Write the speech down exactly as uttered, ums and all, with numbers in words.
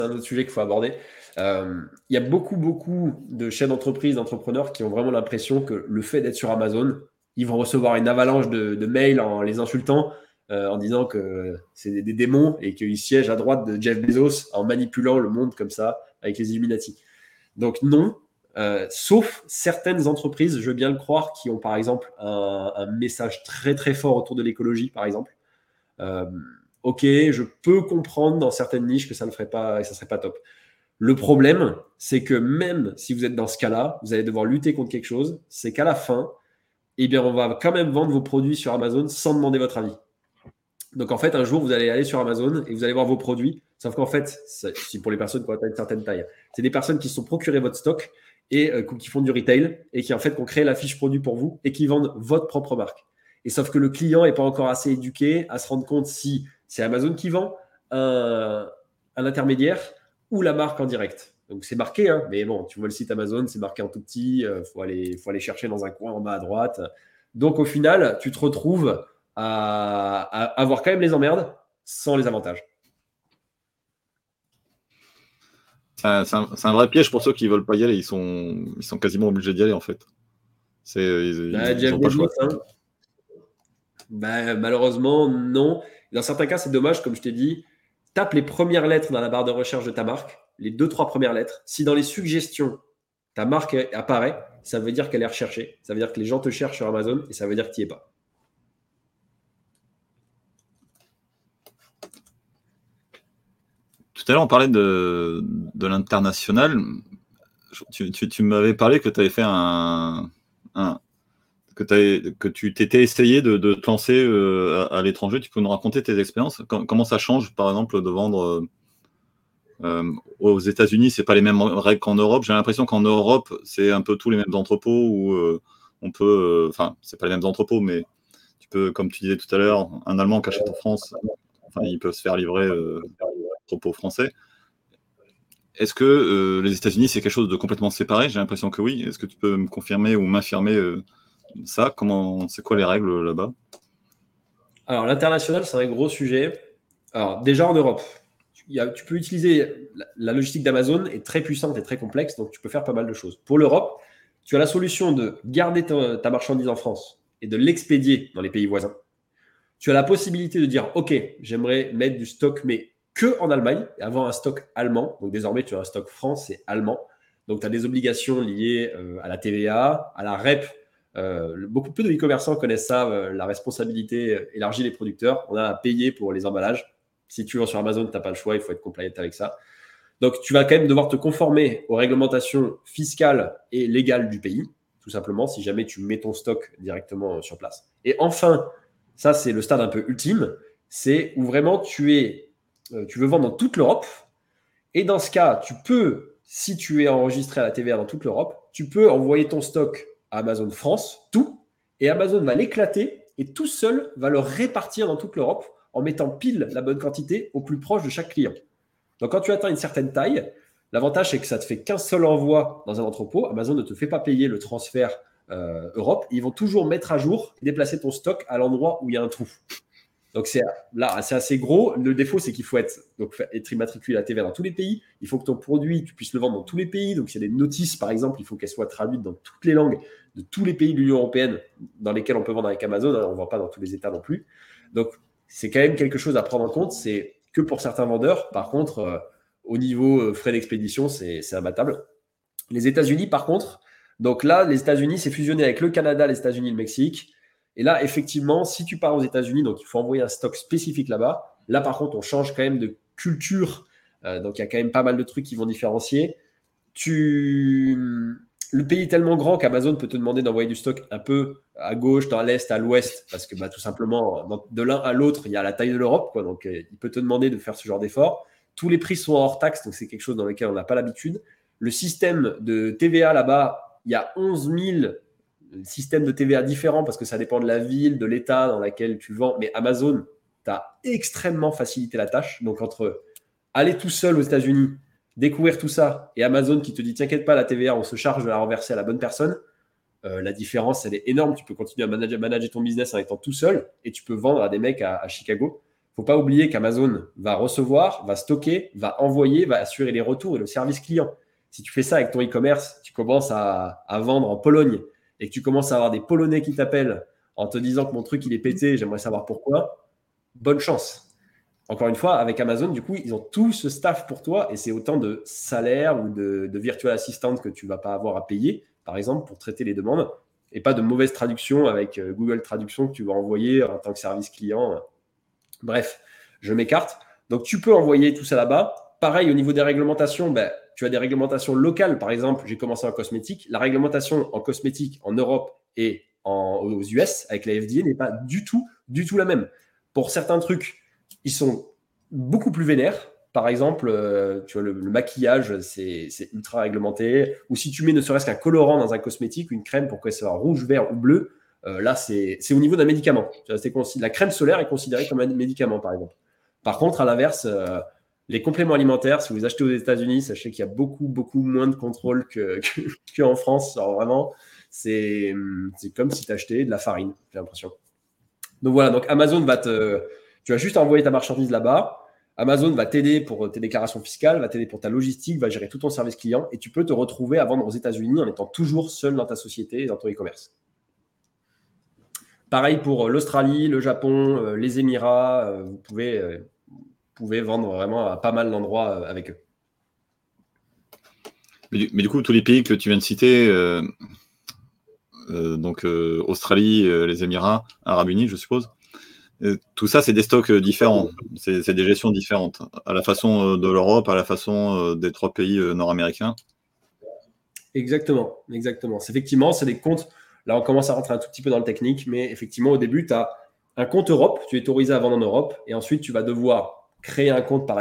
un autre sujet qu'il faut aborder. Euh, Il y a beaucoup, beaucoup de chefs d'entreprise, d'entrepreneurs qui ont vraiment l'impression que le fait d'être sur Amazon, ils vont recevoir une avalanche de, de mails en les insultant, euh, en disant que c'est des, des démons et qu'ils siègent à droite de Jeff Bezos en manipulant le monde comme ça avec les Illuminati. Donc non, euh, sauf certaines entreprises, je veux bien le croire, qui ont par exemple un, un message très très fort autour de l'écologie, par exemple. Euh, ok, je peux comprendre dans certaines niches que ça ne ferait pas et ça serait pas top. Le problème, c'est que même si vous êtes dans ce cas-là, vous allez devoir lutter contre quelque chose. C'est qu'à la fin, eh bien, on va quand même vendre vos produits sur Amazon sans demander votre avis. Donc en fait, un jour, vous allez aller sur Amazon et vous allez voir vos produits. Sauf qu'en fait, c'est pour les personnes qui ont atteint une certaine taille. C'est des personnes qui se sont procurées votre stock et euh, qui font du retail et qui en fait ont créé la fiche produit pour vous et qui vendent votre propre marque. Et sauf que le client n'est pas encore assez éduqué à se rendre compte si c'est Amazon qui vend, un, un intermédiaire ou la marque en direct. Donc c'est marqué, hein, mais bon, tu vois le site Amazon, c'est marqué en tout petit, il euh, faut, aller, faut aller chercher dans un coin en bas à droite. Donc au final, tu te retrouves à, à avoir quand même les emmerdes sans les avantages. Euh, c'est, un, c'est un vrai piège pour ceux qui ne veulent pas y aller. Ils sont, ils sont quasiment obligés d'y aller, en fait. C'est, ils, Bah, ils, Jeff ils ont pas le choix. Bezos, hein. Bah, malheureusement, non. Dans certains cas, c'est dommage, comme je t'ai dit. Tape les premières lettres dans la barre de recherche de ta marque, les deux, trois premières lettres. Si dans les suggestions, ta marque apparaît, ça veut dire qu'elle est recherchée. Ça veut dire que les gens te cherchent sur Amazon et ça veut dire que tu n'y es pas. Tout à l'heure, on parlait de, de l'international. Tu, tu, tu m'avais parlé que tu avais fait un, un que, que tu t'étais essayé de, de te lancer euh, à, à l'étranger. Tu peux nous raconter tes expériences? Com- Comment ça change, par exemple, de vendre euh, aux États-Unis? C'est pas les mêmes règles qu'en Europe. J'ai l'impression qu'en Europe, c'est un peu tous les mêmes entrepôts où euh, on peut. Enfin, euh, c'est pas les mêmes entrepôts, mais tu peux, comme tu disais tout à l'heure, un Allemand qui achète en France, enfin, il peut se faire livrer euh, entrepôt français. Est-ce que euh, les États-Unis, c'est quelque chose de complètement séparé? J'ai l'impression que oui. Est-ce que tu peux me confirmer ou m'affirmer euh, ça? Comment, c'est quoi les règles là-bas? Alors, l'international, c'est un gros sujet. Alors, déjà en Europe, tu, y a, tu peux utiliser la, la logistique d'Amazon est très puissante et très complexe, donc tu peux faire pas mal de choses. Pour l'Europe, tu as la solution de garder ta, ta marchandise en France et de l'expédier dans les pays voisins. Tu as la possibilité de dire, OK, j'aimerais mettre du stock, mais que en Allemagne, et avoir un stock allemand. Donc désormais, tu as un stock français et allemand. Donc tu as des obligations liées euh, à la T V A, à la R E P. Euh, beaucoup peu de e-commerçants connaissent ça, euh, la responsabilité élargie des producteurs. On a à payer pour les emballages. Si tu vends sur Amazon, tu n'as pas le choix, il faut être compliant avec ça. Donc tu vas quand même devoir te conformer aux réglementations fiscales et légales du pays, tout simplement, si jamais tu mets ton stock directement sur place. Et enfin, ça, c'est le stade un peu ultime. C'est où vraiment tu es, euh, tu veux vendre dans toute l'Europe. Et dans ce cas, tu peux, si tu es enregistré à la T V A dans toute l'Europe, tu peux envoyer ton stock à Amazon France, tout, et Amazon va l'éclater et tout seul va le répartir dans toute l'Europe en mettant pile la bonne quantité au plus proche de chaque client. Donc, quand tu atteins une certaine taille, l'avantage, c'est que ça te fait qu'un seul envoi dans un entrepôt. Amazon ne te fait pas payer le transfert euh, Europe. Ils vont toujours mettre à jour et déplacer ton stock à l'endroit où il y a un trou. Donc, c'est, là, c'est assez gros. Le défaut, c'est qu'il faut être, donc, être immatriculé à la T V A dans tous les pays. Il faut que ton produit, tu puisses le vendre dans tous les pays. Donc, s'il y a des notices, par exemple, il faut qu'elles soient traduites dans toutes les langues de tous les pays de l'Union européenne dans lesquels on peut vendre avec Amazon. On ne vend pas dans tous les États non plus. Donc, c'est quand même quelque chose à prendre en compte. C'est que pour certains vendeurs. Par contre, euh, au niveau euh, frais d'expédition, c'est, c'est imbattable. Les États-Unis, par contre, donc là, les États-Unis, c'est fusionné avec le Canada, les États-Unis, le Mexique. Et là, effectivement, si tu pars aux États-Unis, donc il faut envoyer un stock spécifique là-bas. Là, par contre, on change quand même de culture. Euh, donc, il y a quand même pas mal de trucs qui vont différencier. Tu... Le pays est tellement grand qu'Amazon peut te demander d'envoyer du stock un peu à gauche, dans l'est, à l'ouest, parce que bah, tout simplement, de l'un à l'autre, il y a la taille de l'Europe, quoi. Donc, euh, il peut te demander de faire ce genre d'effort. Tous les prix sont hors taxe, donc c'est quelque chose dans lequel on n'a pas l'habitude. Le système de T V A là-bas, il y a onze mille systèmes de T V A différents parce que ça dépend de la ville, de l'état dans lequel tu vends. Mais Amazon, tu as extrêmement facilité la tâche. Donc, entre aller tout seul aux États-Unis, découvrir tout ça, et Amazon qui te dit t'inquiète pas, la T V A, on se charge de la renverser à la bonne personne, euh, la différence, elle est énorme. Tu peux continuer à manager, manager ton business en étant tout seul et tu peux vendre à des mecs à, à Chicago. faut pas oublier qu'Amazon va recevoir, va stocker, va envoyer, va assurer les retours et le service client. Si tu fais ça avec ton e-commerce, tu commences à, à vendre en Pologne et que tu commences à avoir des Polonais qui t'appellent en te disant que mon truc il est pété, j'aimerais savoir pourquoi, bonne chance. Encore une fois, avec Amazon, du coup, ils ont tout ce staff pour toi et c'est autant de salaire ou de, de virtual assistant que tu ne vas pas avoir à payer, par exemple, pour traiter les demandes et pas de mauvaise traduction avec Google Traduction que tu vas envoyer en tant que service client. Bref, je m'écarte. Donc, tu peux envoyer tout ça là-bas. Pareil, au niveau des réglementations, ben, tu as des réglementations locales. Par exemple, j'ai commencé en cosmétique. La réglementation en cosmétique en Europe et en, aux U S avec la F D A n'est pas du tout, du tout la même. Pour certains trucs, ils sont beaucoup plus vénères. Par exemple, euh, tu vois, le, le maquillage, c'est, c'est ultra réglementé. Ou si tu mets ne serait-ce qu'un colorant dans un cosmétique, une crème pour que ça soit rouge, vert ou bleu, euh, là, c'est, c'est au niveau d'un médicament. Tu vois, c'est consi- la crème solaire est considérée comme un médicament, par exemple. Par contre, à l'inverse, euh, les compléments alimentaires, si vous achetez aux États-Unis, sachez qu'il y a beaucoup, beaucoup moins de contrôle que, que, qu'en France. Alors vraiment, c'est, c'est comme si tu achetais de la farine, j'ai l'impression. Donc voilà, donc Amazon va te... Tu vas juste envoyer ta marchandise là-bas. Amazon va t'aider pour tes déclarations fiscales, va t'aider pour ta logistique, va gérer tout ton service client et tu peux te retrouver à vendre aux États-Unis en étant toujours seul dans ta société et dans ton e-commerce. Pareil pour l'Australie, le Japon, les Émirats, vous pouvez, vous pouvez vendre vraiment à pas mal d'endroits avec eux. Mais du, mais du coup, tous les pays que tu viens de citer, euh, euh, donc euh, Australie, euh, les Émirats, Arabes Unis, je suppose, euh, tout ça, c'est des stocks différents, c'est, c'est des gestions différentes, à la façon de l'Europe, à la façon des trois pays nord-américains. Exactement, exactement. C'est, effectivement, c'est des comptes. Là, on commence à rentrer un tout petit peu dans le technique, mais effectivement, au début, tu as un compte Europe, tu es autorisé à vendre en Europe, et ensuite, tu vas devoir créer un compte par